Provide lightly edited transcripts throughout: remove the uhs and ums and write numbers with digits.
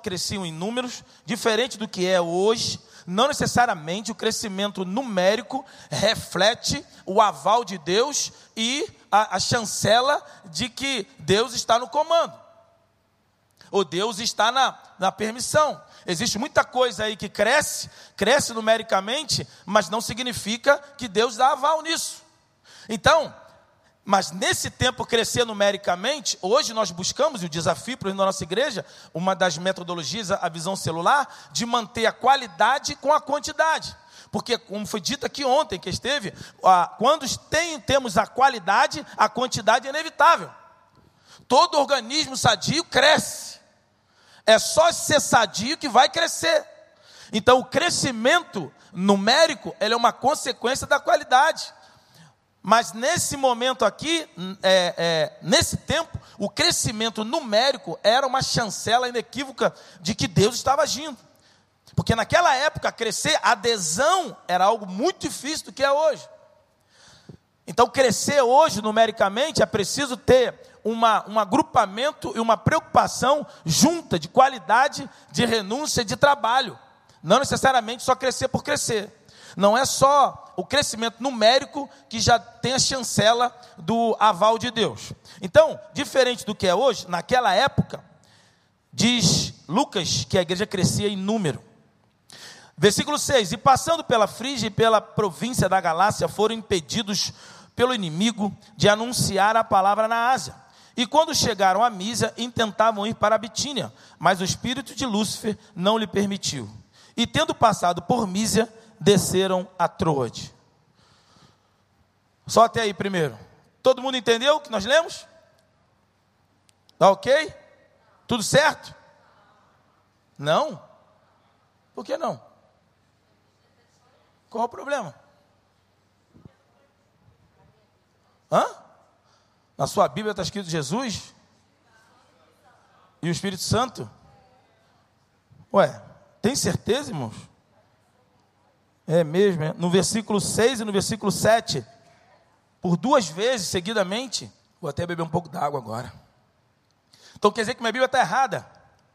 cresciam em números, diferente do que é hoje. Não necessariamente o crescimento numérico reflete o aval de Deus e a chancela de que Deus está no comando, ou Deus está na permissão. Existe muita coisa aí que cresce numericamente, mas não significa que Deus dá aval nisso. Então, mas nesse tempo crescer numericamente, hoje nós buscamos, e o desafio para a nossa igreja, uma das metodologias, a visão celular, de manter a qualidade com a quantidade. Porque, como foi dito aqui ontem, que esteve, quando temos a qualidade, a quantidade é inevitável. Todo organismo sadio cresce. É só ser sadio que vai crescer. Então, o crescimento numérico, ele é uma consequência da qualidade. Mas nesse momento aqui, nesse tempo, o crescimento numérico era uma chancela inequívoca de que Deus estava agindo. Porque naquela época, crescer, adesão era algo muito difícil do que é hoje. Então, crescer hoje, numericamente, é preciso ter um agrupamento e uma preocupação junta de qualidade, de renúncia, de trabalho. Não necessariamente só crescer por crescer. Não é só o crescimento numérico que já tem a chancela do aval de Deus. Então, diferente do que é hoje, naquela época, diz Lucas que a igreja crescia em número. Versículo 6, e passando pela Frígia e pela província da Galácia, foram impedidos pelo inimigo de anunciar a palavra na Ásia. E quando chegaram a Mísia, intentavam ir para a Bitínia, mas o espírito de Lúcifer não lhe permitiu. E tendo passado por Mísia, desceram a Troade. Só até aí primeiro. Todo mundo entendeu o que nós lemos? Tá ok? Tudo certo? Não? Por que não? Qual o problema? Na sua Bíblia está escrito Jesus e o Espírito Santo? Ué, tem certeza, irmãos? É mesmo, é? No versículo 6 e no versículo 7, por 2 vezes seguidamente, vou até beber um pouco d'água agora. Então quer dizer que minha Bíblia está errada?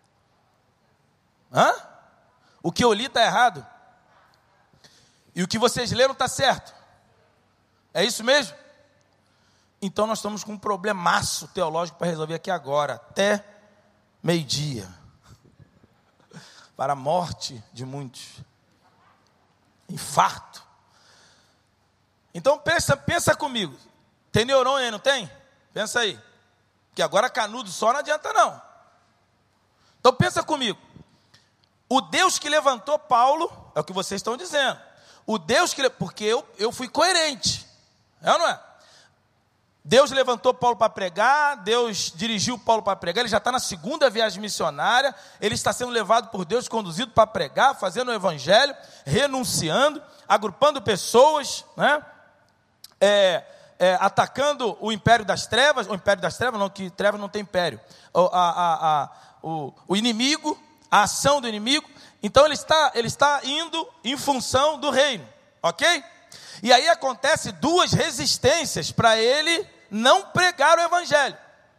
O que eu li está errado? E o que vocês leram está certo? É isso mesmo? Então nós estamos com um problemaço teológico para resolver aqui agora, até meio-dia, para a morte de muitos. Infarto. Então pensa comigo. Tem neurônio aí, não tem? Pensa aí. Que agora canudo só não adianta não. Então pensa comigo. O Deus que levantou Paulo, é o que vocês estão dizendo. O Deus que... Porque eu fui coerente. É ou não é? Deus levantou Paulo para pregar, Deus dirigiu Paulo para pregar, ele já está na 2ª viagem missionária, ele está sendo levado por Deus, conduzido para pregar, fazendo o evangelho, renunciando, agrupando pessoas, né? Atacando o império das trevas, não, que trevas não tem império, o inimigo, a ação do inimigo. Então ele está indo em função do reino, ok? E aí acontece 2 resistências para ele não pregar o evangelho.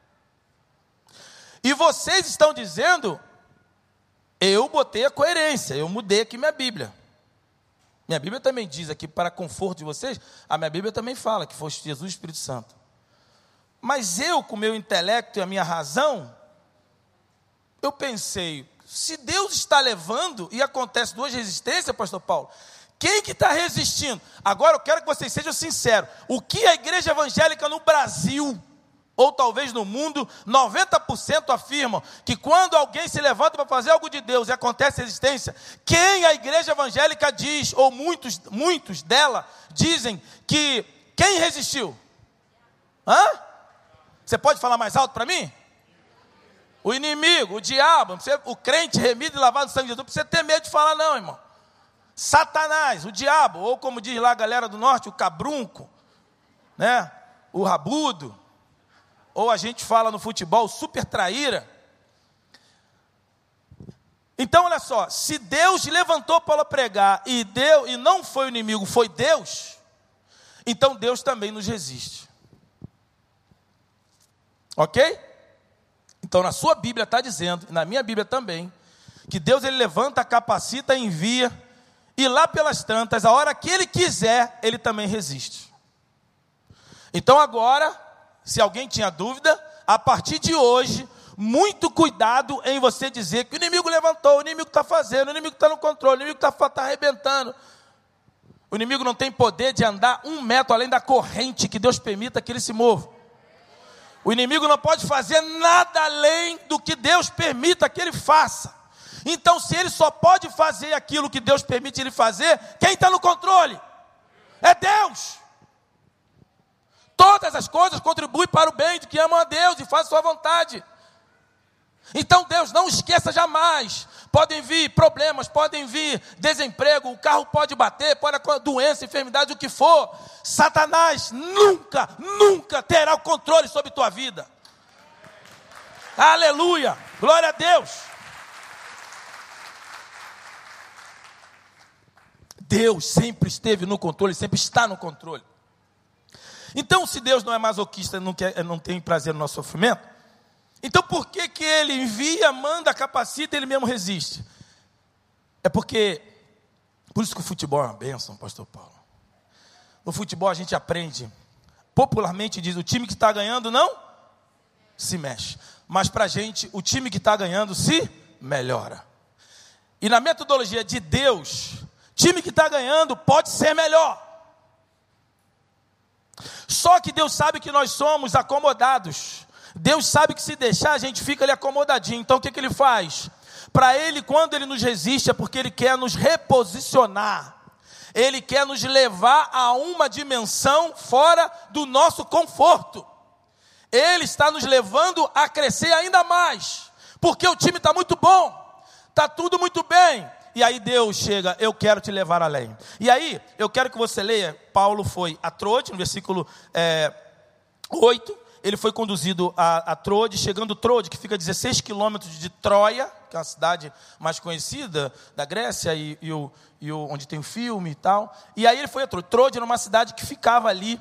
E vocês estão dizendo, eu botei a coerência, eu mudei aqui minha Bíblia. Minha Bíblia também diz aqui, para conforto de vocês, a minha Bíblia também fala que foi Jesus e o Espírito Santo. Mas eu, com o meu intelecto e a minha razão, eu pensei, se Deus está levando e acontece 2 resistências, pastor Paulo, quem que está resistindo? Agora eu quero que vocês sejam sinceros. O que a igreja evangélica no Brasil, ou talvez no mundo, 90% afirmam que quando alguém se levanta para fazer algo de Deus e acontece resistência, quem a igreja evangélica diz, ou muitos dela dizem que quem resistiu? Você pode falar mais alto para mim? O inimigo, o diabo, o crente remido e lavado no sangue de Jesus, não precisa ter medo de falar não, irmão. Satanás, o diabo, ou como diz lá a galera do norte, o cabrunco, né? O rabudo, ou a gente fala no futebol, super traíra. Então olha só, se Deus levantou para pregar e não foi o inimigo, foi Deus, então Deus também nos resiste. Ok? Então na sua Bíblia está dizendo, e na minha Bíblia também, que Deus ele levanta, capacita, envia, e lá pelas tantas, a hora que Ele quiser, Ele também resiste. Então agora, se alguém tinha dúvida, a partir de hoje, muito cuidado em você dizer que o inimigo levantou, o inimigo está fazendo, o inimigo está no controle, o inimigo está arrebentando. O inimigo não tem poder de andar 1 metro além da corrente que Deus permita que ele se mova. O inimigo não pode fazer nada além do que Deus permita que ele faça. Então, se ele só pode fazer aquilo que Deus permite ele fazer, quem está no controle? É Deus. Todas as coisas contribuem para o bem de que amam a Deus e fazem sua vontade. Então Deus, não esqueça jamais, podem vir problemas, podem vir desemprego, o carro pode bater, pode doença, enfermidade, o que for. Satanás nunca terá o controle sobre tua vida. Aleluia, glória a Deus. Deus sempre esteve no controle, sempre está no controle. Então, se Deus não é masoquista, não tem prazer no nosso sofrimento, então por que Ele envia, manda, capacita e Ele mesmo resiste? É porque, por isso que o futebol é uma bênção, pastor Paulo. No futebol a gente aprende, popularmente diz, o time que está ganhando não se mexe. Mas para a gente, o time que está ganhando se melhora. E na metodologia de Deus, time que está ganhando pode ser melhor. Só que Deus sabe que nós somos acomodados. Deus sabe que se deixar a gente fica ali acomodadinho. Então o que Ele faz? Para Ele, quando Ele nos resiste, é porque Ele quer nos reposicionar. Ele quer nos levar a uma dimensão fora do nosso conforto. Ele está nos levando a crescer ainda mais. Porque o time está muito bom. Está tudo muito bem. E aí Deus chega, eu quero te levar além. E aí, eu quero que você leia, Paulo foi a Troade, no versículo 8, ele foi conduzido a Troade, chegando Troade, que fica a 16 quilômetros de Troia, que é uma cidade mais conhecida da Grécia, onde tem o filme e tal. E aí ele foi a Troade. Troade era uma cidade que ficava ali,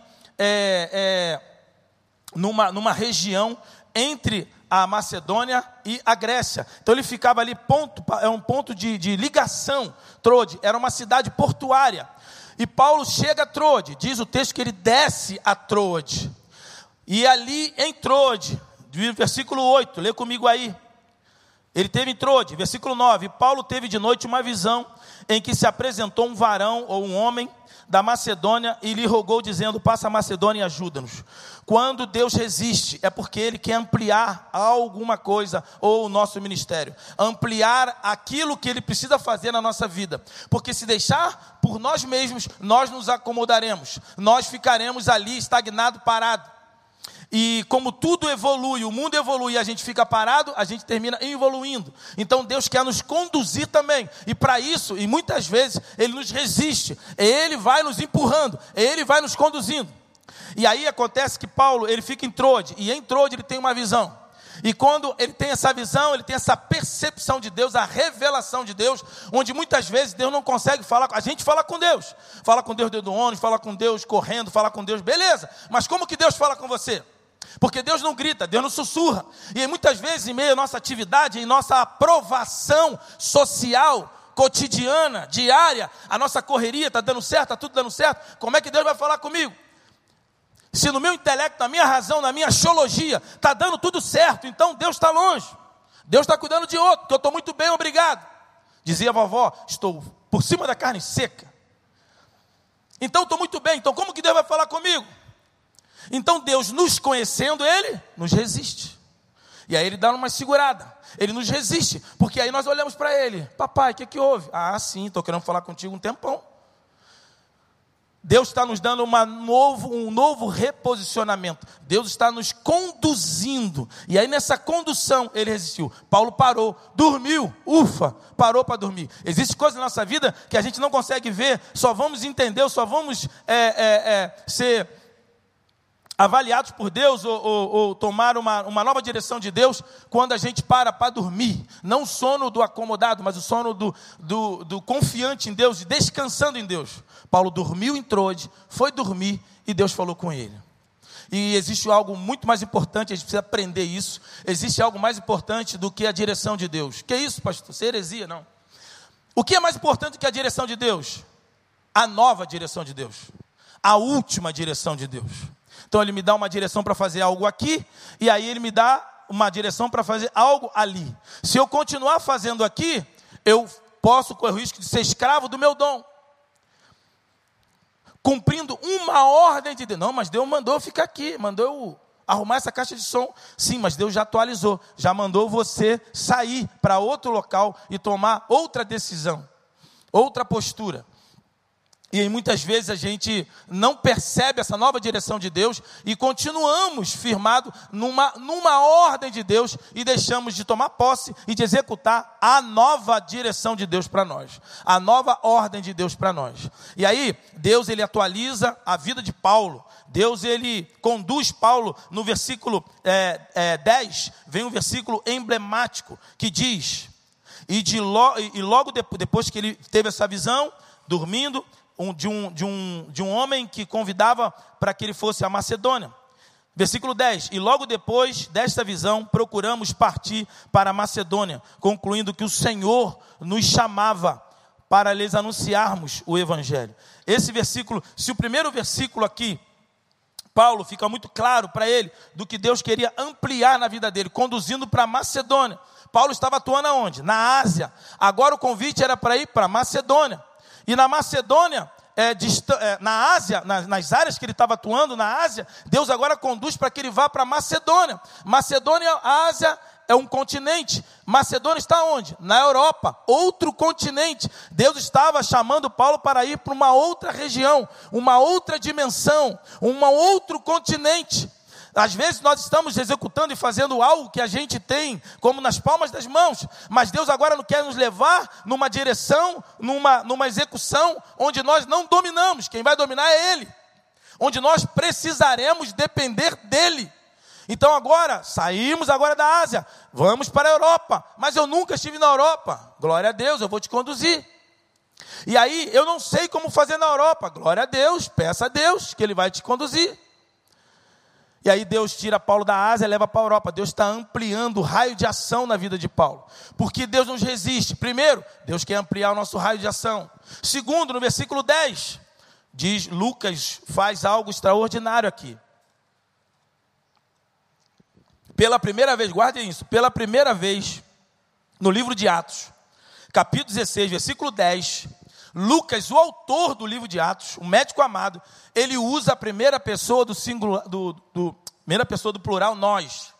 numa região entre a Macedônia e a Grécia. Então ele ficava ali, um ponto de ligação. Troade era uma cidade portuária. E Paulo chega a Troade, diz o texto que ele desce a Troade. E ali em Troade, versículo 8, lê comigo aí. Ele teve em Troade, versículo 9, Paulo teve de noite uma visão em que se apresentou um varão ou um homem da Macedônia e lhe rogou dizendo, passa a Macedônia e ajuda-nos. Quando Deus resiste, é porque Ele quer ampliar alguma coisa ou o nosso ministério. Ampliar aquilo que Ele precisa fazer na nossa vida. Porque se deixar por nós mesmos, nós nos acomodaremos. Nós ficaremos ali estagnado, parado. E como tudo evolui, o mundo evolui e a gente fica parado, a gente termina evoluindo. Então Deus quer nos conduzir também. E para isso, e muitas vezes, Ele nos resiste. Ele vai nos empurrando, Ele vai nos conduzindo. E aí acontece que Paulo, ele fica em Troade. E em Troade ele tem uma visão. E quando ele tem essa visão, ele tem essa percepção de Deus, a revelação de Deus, onde muitas vezes Deus não consegue falar, a gente fala com Deus dentro do ônibus, fala com Deus correndo, fala com Deus, beleza, mas como que Deus fala com você? Porque Deus não grita, Deus não sussurra, e muitas vezes em meio à nossa atividade, em nossa aprovação social, cotidiana, diária, a nossa correria está dando certo, está tudo dando certo, como é que Deus vai falar comigo? Se no meu intelecto, na minha razão, na minha axiologia, está dando tudo certo, então Deus está longe. Deus está cuidando de outro, que eu estou muito bem, obrigado. Dizia a vovó, estou por cima da carne seca. Então estou muito bem, então como que Deus vai falar comigo? Então Deus, nos conhecendo, Ele nos resiste. E aí Ele dá uma segurada, Ele nos resiste, porque aí nós olhamos para Ele. Papai, o que houve? Ah, sim, estou querendo falar contigo um tempão. Deus está nos dando um novo reposicionamento. Deus está nos conduzindo. E aí nessa condução ele resistiu. Paulo parou, dormiu, parou para dormir. Existem coisas na nossa vida que a gente não consegue ver, só vamos entender, só vamos ser avaliados por Deus ou tomar uma nova direção de Deus quando a gente para dormir. Não o sono do acomodado, mas o sono do confiante em Deus, e descansando em Deus. Paulo dormiu em Troade, foi dormir e Deus falou com ele. E existe algo muito mais importante, a gente precisa aprender isso. Existe algo mais importante do que a direção de Deus. Que é isso, pastor? Isso é heresia, não. O que é mais importante do que a direção de Deus? A nova direção de Deus. A última direção de Deus. Então ele me dá uma direção para fazer algo aqui, e aí ele me dá uma direção para fazer algo ali. Se eu continuar fazendo aqui, eu posso correr o risco de ser escravo do meu dom. Cumprindo uma ordem de Deus. Não, mas Deus mandou eu ficar aqui, mandou eu arrumar essa caixa de som. Sim, mas Deus já atualizou, já mandou você sair para outro local e tomar outra decisão, outra postura. E aí, muitas vezes a gente não percebe essa nova direção de Deus e continuamos firmados numa ordem de Deus e deixamos de tomar posse e de executar a nova direção de Deus para nós, a nova ordem de Deus para nós. E aí, Deus ele atualiza a vida de Paulo. Deus ele conduz Paulo no versículo 10, vem um versículo emblemático que diz, e logo depois que ele teve essa visão, dormindo, de um homem que convidava para que ele fosse à Macedônia. Versículo 10, e logo depois desta visão, procuramos partir para a Macedônia, concluindo que o Senhor nos chamava para lhes anunciarmos o Evangelho. Esse versículo, se o primeiro versículo aqui, Paulo fica muito claro para ele, do que Deus queria ampliar na vida dele, conduzindo para a Macedônia. Paulo estava atuando aonde? Na Ásia. Agora o convite era para ir para a Macedônia. E na Macedônia, na Ásia, nas áreas que ele estava atuando, na Ásia, Deus agora conduz para que ele vá para a Macedônia. Macedônia, a Ásia é um continente. Macedônia está onde? Na Europa, outro continente. Deus estava chamando Paulo para ir para uma outra região, uma outra dimensão, um outro continente. Às vezes nós estamos executando e fazendo algo que a gente tem como nas palmas das mãos, mas Deus agora não quer nos levar numa direção, numa execução onde nós não dominamos. Quem vai dominar é Ele, onde nós precisaremos depender dEle. Então agora, saímos agora da Ásia, vamos para a Europa, mas eu nunca estive na Europa. Glória a Deus, eu vou te conduzir. E aí, eu não sei como fazer na Europa. Glória a Deus, peça a Deus que Ele vai te conduzir. E aí Deus tira Paulo da Ásia e leva para a Europa. Deus está ampliando o raio de ação na vida de Paulo. Porque Deus nos resiste. Primeiro, Deus quer ampliar o nosso raio de ação. Segundo, no versículo 10, diz, Lucas faz algo extraordinário aqui. Pela primeira vez, guardem isso, pela primeira vez, no livro de Atos, capítulo 16, versículo 10, Lucas, o autor do livro de Atos, o médico amado, ele usa a primeira pessoa do singular, primeira pessoa do plural, nós.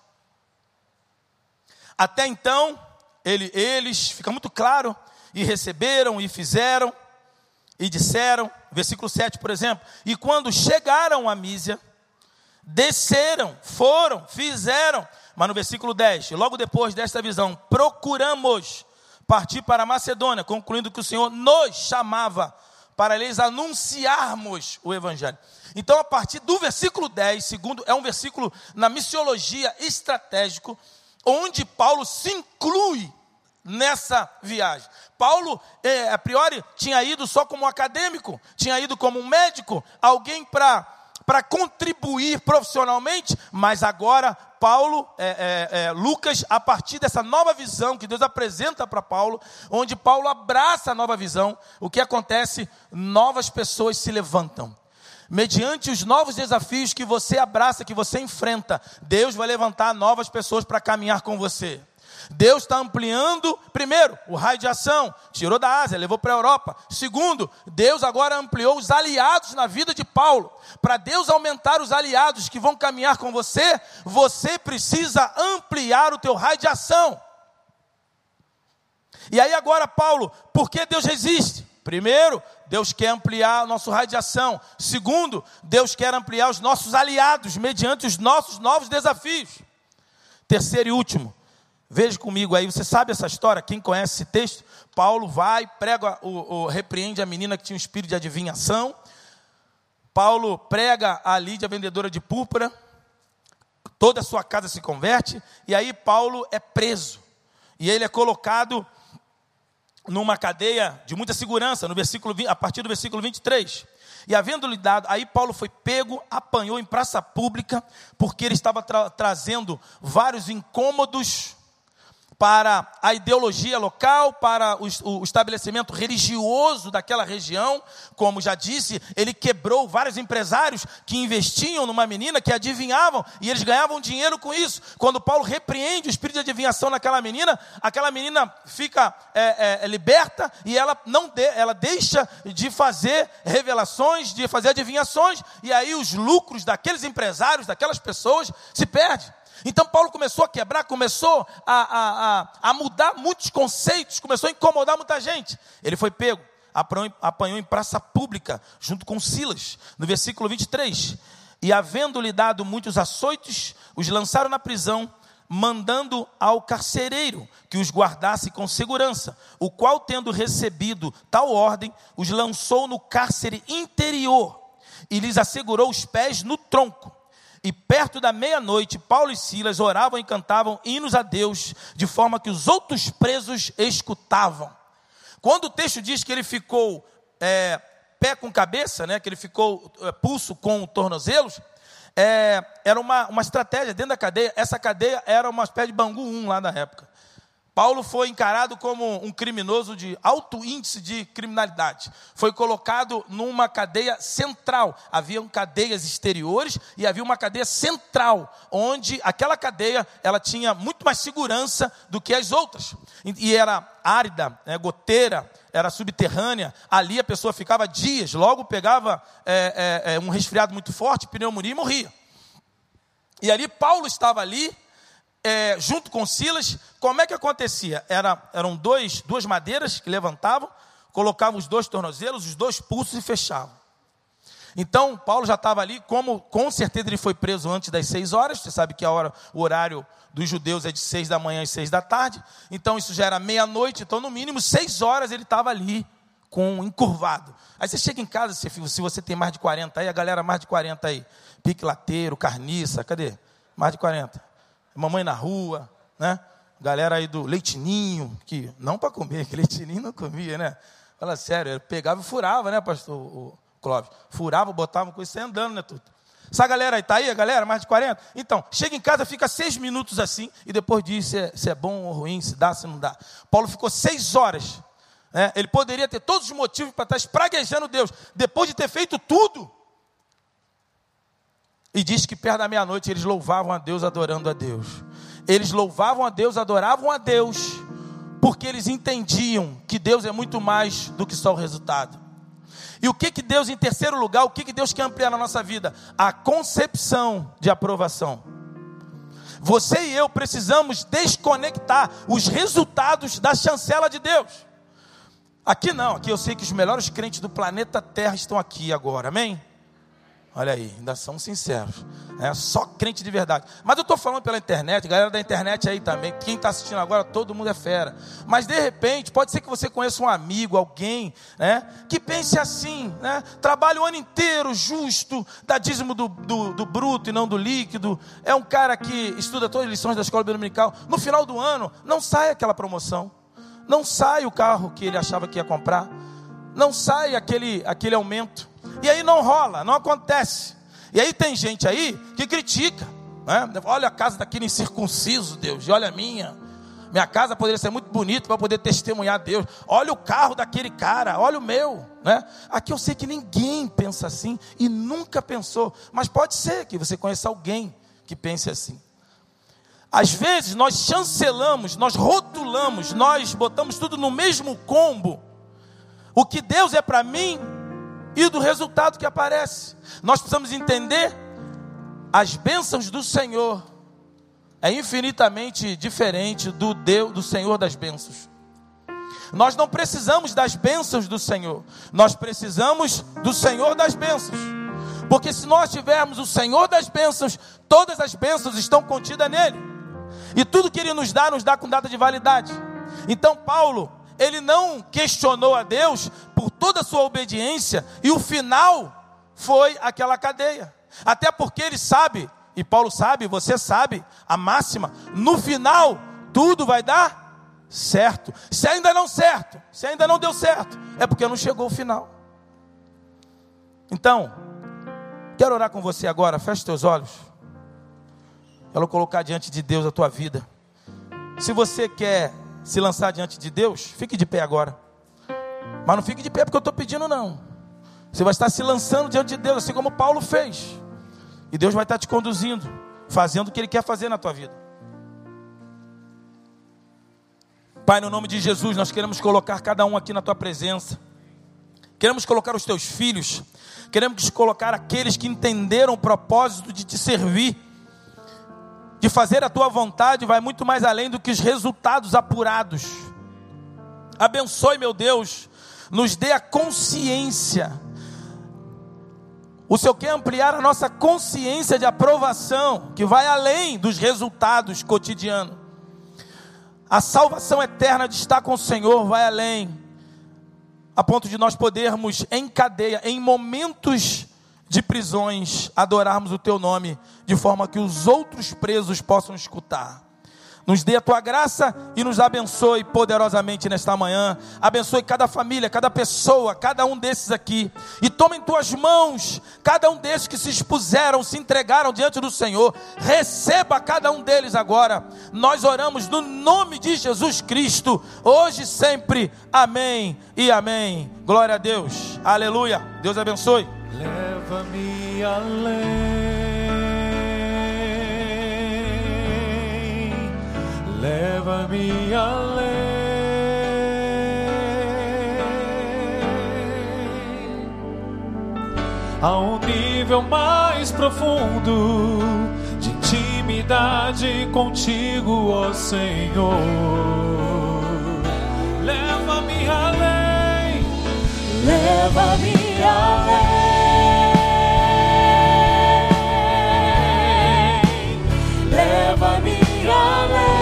Até então, eles, fica muito claro, e receberam, e fizeram, e disseram, versículo 7, por exemplo, e quando chegaram a Mísia, desceram, foram, fizeram, mas no versículo 10, logo depois desta visão, procuramos partir para a Macedônia, concluindo que o Senhor nos chamava para lhes anunciarmos o Evangelho. Então, a partir do versículo 10, segundo, é um versículo na missiologia estratégico, onde Paulo se inclui nessa viagem. Paulo, a priori, tinha ido só como acadêmico, tinha ido como um médico, alguém para contribuir profissionalmente, mas agora Paulo, Lucas, a partir dessa nova visão que Deus apresenta para Paulo, onde Paulo abraça a nova visão, o que acontece? Novas pessoas se levantam. Mediante os novos desafios que você abraça, que você enfrenta, Deus vai levantar novas pessoas para caminhar com você. Deus está ampliando, primeiro, o raio de ação, tirou da Ásia, levou para a Europa. Segundo, Deus agora ampliou os aliados na vida de Paulo. Para Deus aumentar os aliados que vão caminhar com você, você precisa ampliar o teu raio de ação. E aí agora, Paulo, por que Deus resiste? Primeiro, Deus quer ampliar o nosso raio de ação. Segundo, Deus quer ampliar os nossos aliados, mediante os nossos novos desafios. Terceiro e último, veja comigo aí, você sabe essa história, quem conhece esse texto? Paulo vai, prega, repreende a menina que tinha um espírito de adivinhação. Paulo prega a Lídia, vendedora de púrpura. Toda a sua casa se converte. E aí Paulo é preso. E ele é colocado numa cadeia de muita segurança, a partir do versículo 23. E havendo-lhe dado, aí Paulo foi pego, apanhou em praça pública, porque ele estava trazendo vários incômodos para a ideologia local, para o estabelecimento religioso daquela região. Como já disse, ele quebrou vários empresários que investiam numa menina, que adivinhavam, e eles ganhavam dinheiro com isso. Quando Paulo repreende o espírito de adivinhação naquela menina, aquela menina fica liberta, e ela deixa de fazer revelações, de fazer adivinhações, e aí os lucros daqueles empresários, daquelas pessoas, se perdem. Então Paulo começou a quebrar, começou a mudar muitos conceitos, começou a incomodar muita gente. Ele foi pego, apanhou em praça pública, junto com Silas, no versículo 23. E havendo-lhe dado muitos açoites, os lançaram na prisão, mandando ao carcereiro que os guardasse com segurança, o qual, tendo recebido tal ordem, os lançou no cárcere interior e lhes assegurou os pés no tronco. E perto da meia-noite, Paulo e Silas oravam e cantavam hinos a Deus, de forma que os outros presos escutavam. Quando o texto diz que ele ficou pé com cabeça, né, que ele ficou pulso com tornozelos, era uma estratégia dentro da cadeia. Essa cadeia era uma espécie de Bangu 1 lá na época. Paulo foi encarado como um criminoso de alto índice de criminalidade. Foi colocado numa cadeia central. Haviam cadeias exteriores e havia uma cadeia central, onde aquela cadeia ela tinha muito mais segurança do que as outras. E era árida, goteira, era subterrânea. Ali a pessoa ficava dias, logo pegava um resfriado muito forte, pneumonia e morria. E ali Paulo estava ali, junto com Silas. Como é que acontecia? Eram duas madeiras que levantavam, colocavam os dois tornozelos, os dois pulsos e fechavam. Então, Paulo já estava ali, como com certeza ele foi preso antes das 6 horas, você sabe que o horário dos judeus é de 6 da manhã às 6 da tarde, então isso já era meia-noite, então no mínimo 6 horas ele estava ali, encurvado. Aí você chega em casa, se você tem mais de 40 aí, a galera mais de 40 aí, pique lateiro, carniça, cadê? Mais de 40. Mamãe na rua, né? Galera aí do leitinho, que não para comer, que leitinho não comia, né? Fala sério, ele pegava e furava, né, pastor o Clóvis? Furava, botava com isso e andando, né, tudo. Essa galera aí, tá aí, a galera, mais de 40? Então, chega em casa, fica 6 minutos assim, e depois diz se é bom ou ruim, se dá, se não dá. Paulo ficou 6 horas. Né? Ele poderia ter todos os motivos para estar espraguejando Deus, depois de ter feito tudo. E diz que perto da meia-noite eles louvavam a Deus, adorando a Deus. Eles louvavam a Deus, adoravam a Deus, porque eles entendiam que Deus é muito mais do que só o resultado. E o que Deus, em terceiro lugar, o que Deus quer ampliar na nossa vida? A concepção de aprovação. Você e eu precisamos desconectar os resultados da chancela de Deus. Aqui não, aqui eu sei que os melhores crentes do planeta Terra estão aqui agora, amém? Olha aí, ainda são sinceros. Só crente de verdade. Mas eu estou falando pela internet, galera da internet aí também. Quem está assistindo agora, todo mundo é fera. Mas de repente, pode ser que você conheça um amigo, alguém, né, que pense assim, né? Trabalha o ano inteiro justo, dá dízimo do bruto e não do líquido. É um cara que estuda todas as lições da escola dominical. No final do ano, não sai aquela promoção. Não sai o carro que ele achava que ia comprar. Não sai aquele aumento. E aí não rola, não acontece. E aí tem gente aí que critica, né? Olha a casa daquele incircunciso, Deus, e olha a minha casa poderia ser muito bonita para poder testemunhar a Deus. Olha o carro daquele cara, olha o meu, né? Aqui eu sei que ninguém pensa assim e nunca pensou, mas pode ser que você conheça alguém que pense assim. Às vezes nós chancelamos, nós rotulamos, nós botamos tudo no mesmo combo. O que Deus é para mim e do resultado que aparece. Nós precisamos entender, as bênçãos do Senhor é infinitamente diferente do Senhor das bênçãos. Nós não precisamos das bênçãos do Senhor, nós precisamos do Senhor das bênçãos. Porque se nós tivermos o Senhor das bênçãos, todas as bênçãos estão contidas nele. E tudo que ele nos dá com data de validade. Então Paulo, ele não questionou a Deus por toda a sua obediência, e o final foi aquela cadeia. Até porque ele sabe, e Paulo sabe, você sabe, a máxima, no final tudo vai dar certo. Se ainda não deu certo, é porque não chegou o final. Então, quero orar com você agora. Feche teus olhos. Quero colocar diante de Deus a tua vida. Se você quer se lançar diante de Deus, fique de pé agora. Mas não fique de pé porque eu estou pedindo, não. Você vai estar se lançando diante de Deus, assim como Paulo fez. E Deus vai estar te conduzindo, fazendo o que Ele quer fazer na tua vida. Pai, no nome de Jesus, nós queremos colocar cada um aqui na tua presença. Queremos colocar os teus filhos. Queremos colocar aqueles que entenderam o propósito de te servir, de fazer a tua vontade. Vai muito mais além do que os resultados apurados. Abençoe, meu Deus, nos dê a consciência. O Senhor quer ampliar a nossa consciência de aprovação, que vai além dos resultados cotidianos. A salvação eterna de estar com o Senhor vai além, a ponto de nós podermos em cadeia, em momentos de prisões, adorarmos o Teu nome, de forma que os outros presos possam escutar. Nos dê a Tua graça e nos abençoe poderosamente nesta manhã. Abençoe cada família, cada pessoa, cada um desses aqui. E toma em Tuas mãos cada um desses que se expuseram, se entregaram diante do Senhor. Receba cada um deles agora. Nós oramos no nome de Jesus Cristo, hoje e sempre. Amém e amém. Glória a Deus. Aleluia. Deus abençoe. Leva-me além. Leva-me além, a um nível mais profundo de intimidade contigo, ó Senhor. Leva-me além, leva-me além, leva-me além.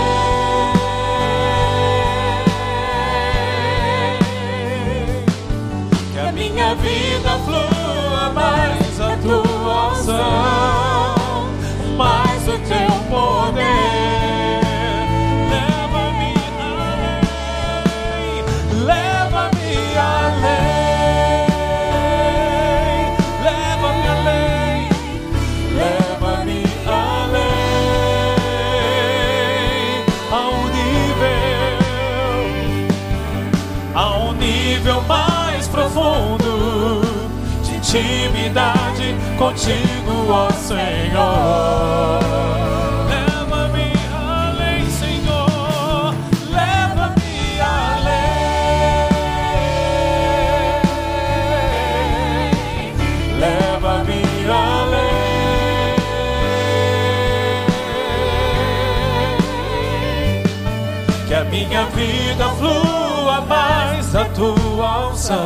Minha vida flua mais a tua unção, mais o teu poder. Leva-me além, leva-me além, leva-me além, leva-me além, a um nível mais profundo de intimidade contigo, ó Senhor. Leva-me além, Senhor, leva-me além, leva-me além, que a minha vida flua mais da tua unção,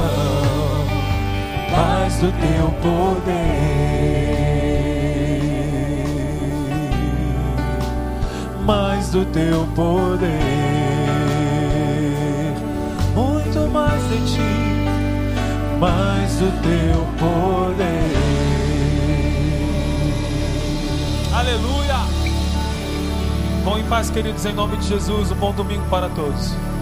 mais do teu poder, mais do teu poder, muito mais de ti, mais do teu poder. Aleluia! Vão em paz, queridos, em nome de Jesus. Um bom domingo para todos.